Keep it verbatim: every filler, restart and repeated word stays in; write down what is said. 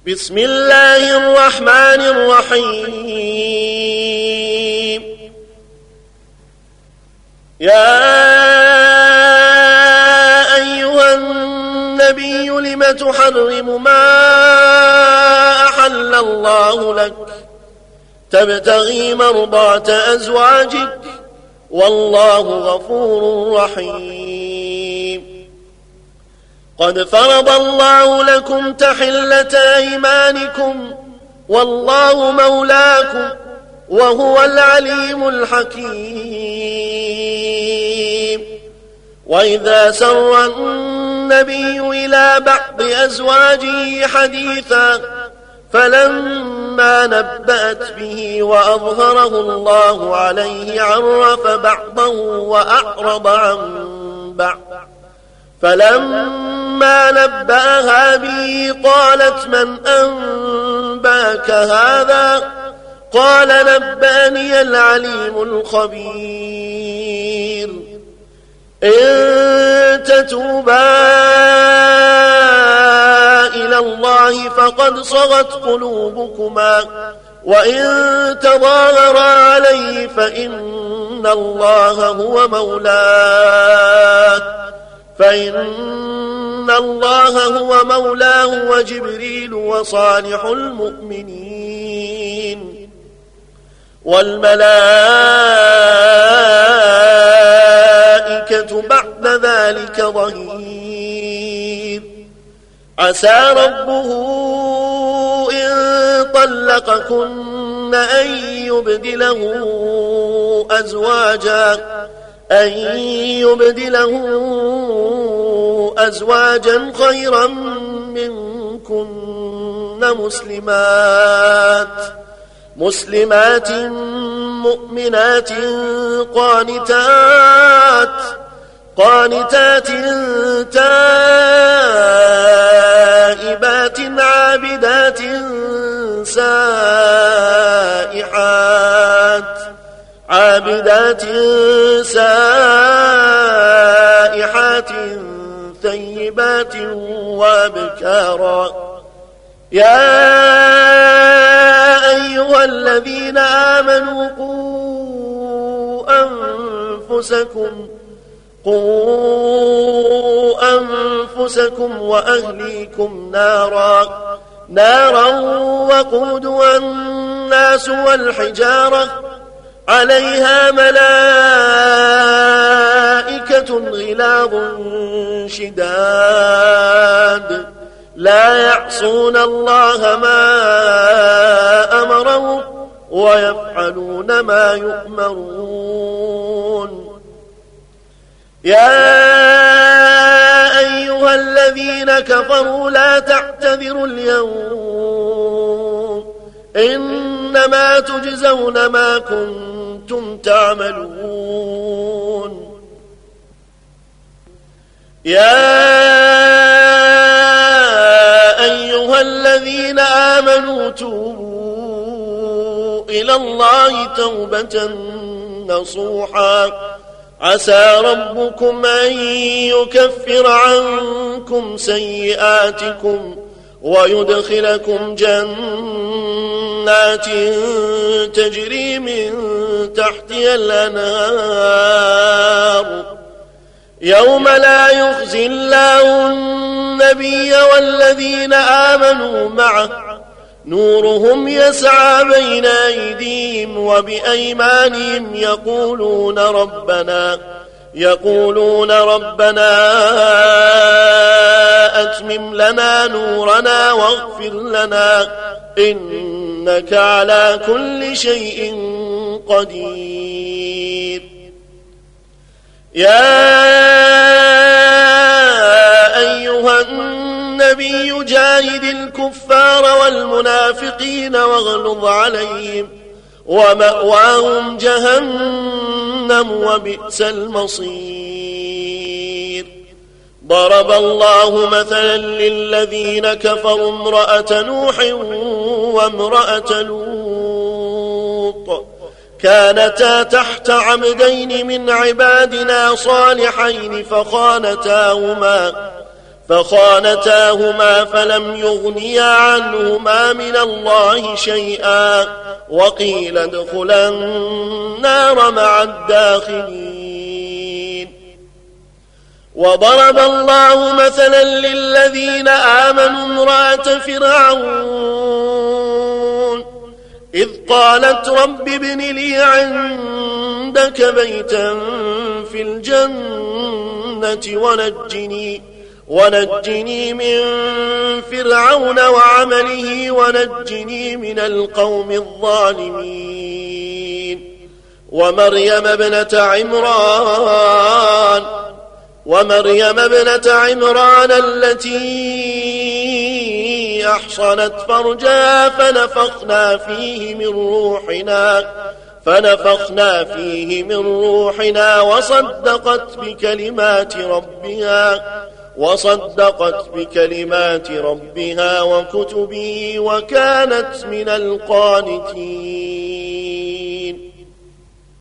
بسم الله الرحمن الرحيم. يا أيها النبي لم تحرم ما أحل الله لك تبتغي مرضات أزواجك والله غفور رحيم. قد فرض الله لكم تحلة أيمانكم والله مولاكم وهو العليم الحكيم. وإذا سر النبي إلى بعض أزواجه حديثا فلما نبأت به وأظهره الله عليه عرف بعضه وأعرض عن بعض، فلما نبأها به قالت من أنباك هذا؟ قال نبأني العليم الخبير. إن تتوبا إلى الله فقد صغت قلوبكما وإن تظاهرا عليه فإن الله هو مولاه فإن الله هو مولاه وجبريل وصالح المؤمنين والملائكة بعد ذلك ظهير. عسى ربه إن طلقكن أن يبدله أزواجا أن يبدله أزواجا خيرا منكن مسلمات مسلمات مؤمنات قانتات قانتات تائبات عابدات سائحات عابدات سائحات ثيبات وابكارا. يا أيها الذين آمنوا قوا أنفسكم قوا أنفسكم وأهليكم نارا نارا وقودها الناس والحجارة عليها ملائكة غلاظ شداد لا يعصون الله ما أمرهم ويفعلون ما يؤمرون. يا أيها الذين كفروا لا تعتذروا اليوم إنما تجزون ما كنتم تعملون. يا أيها الذين آمنوا توبوا إلى الله توبة نصوحا عسى ربكم أن يكفر عنكم سيئاتكم ويدخلكم جنات تجري من تحتها الأنهار يوم لا يخزي الله النبي والذين آمنوا معه نورهم يسعى بين أيديهم وبأيمانهم يقولون ربنا يقولون ربنا أتمم لنا نورنا واغفر لنا إنك على كل شيء قدير. يا أيها النبي جاهد الكفار والمنافقين واغلظ عليهم ومأواهم جهنم وبئس المصير. ضرب الله مثلا للذين كفروا امرأة نوح وامرأة لوط كانتا تحت عبدين من عبادنا صالحين فخانتاهما فخانتاهما فلم يغنيا عنهما من الله شيئا وقيل ادخلا النار مع الداخلين. وضرب الله مثلا للذين آمنوا امرأة فرعون إذ قالت رب ابن لي عندك بيتا في الجنة ونجني ونجني من فرعون وعمله ونجني من القوم الظالمين. ومريم ابنة عمران ومريم ابنة عمران التي أحصنت فرجها فنفخنا فيه من روحنا فنفخنا فيه من روحنا وصدقت بكلمات ربها وصدقت بكلمات ربها وكتبه وكانت من القانتين.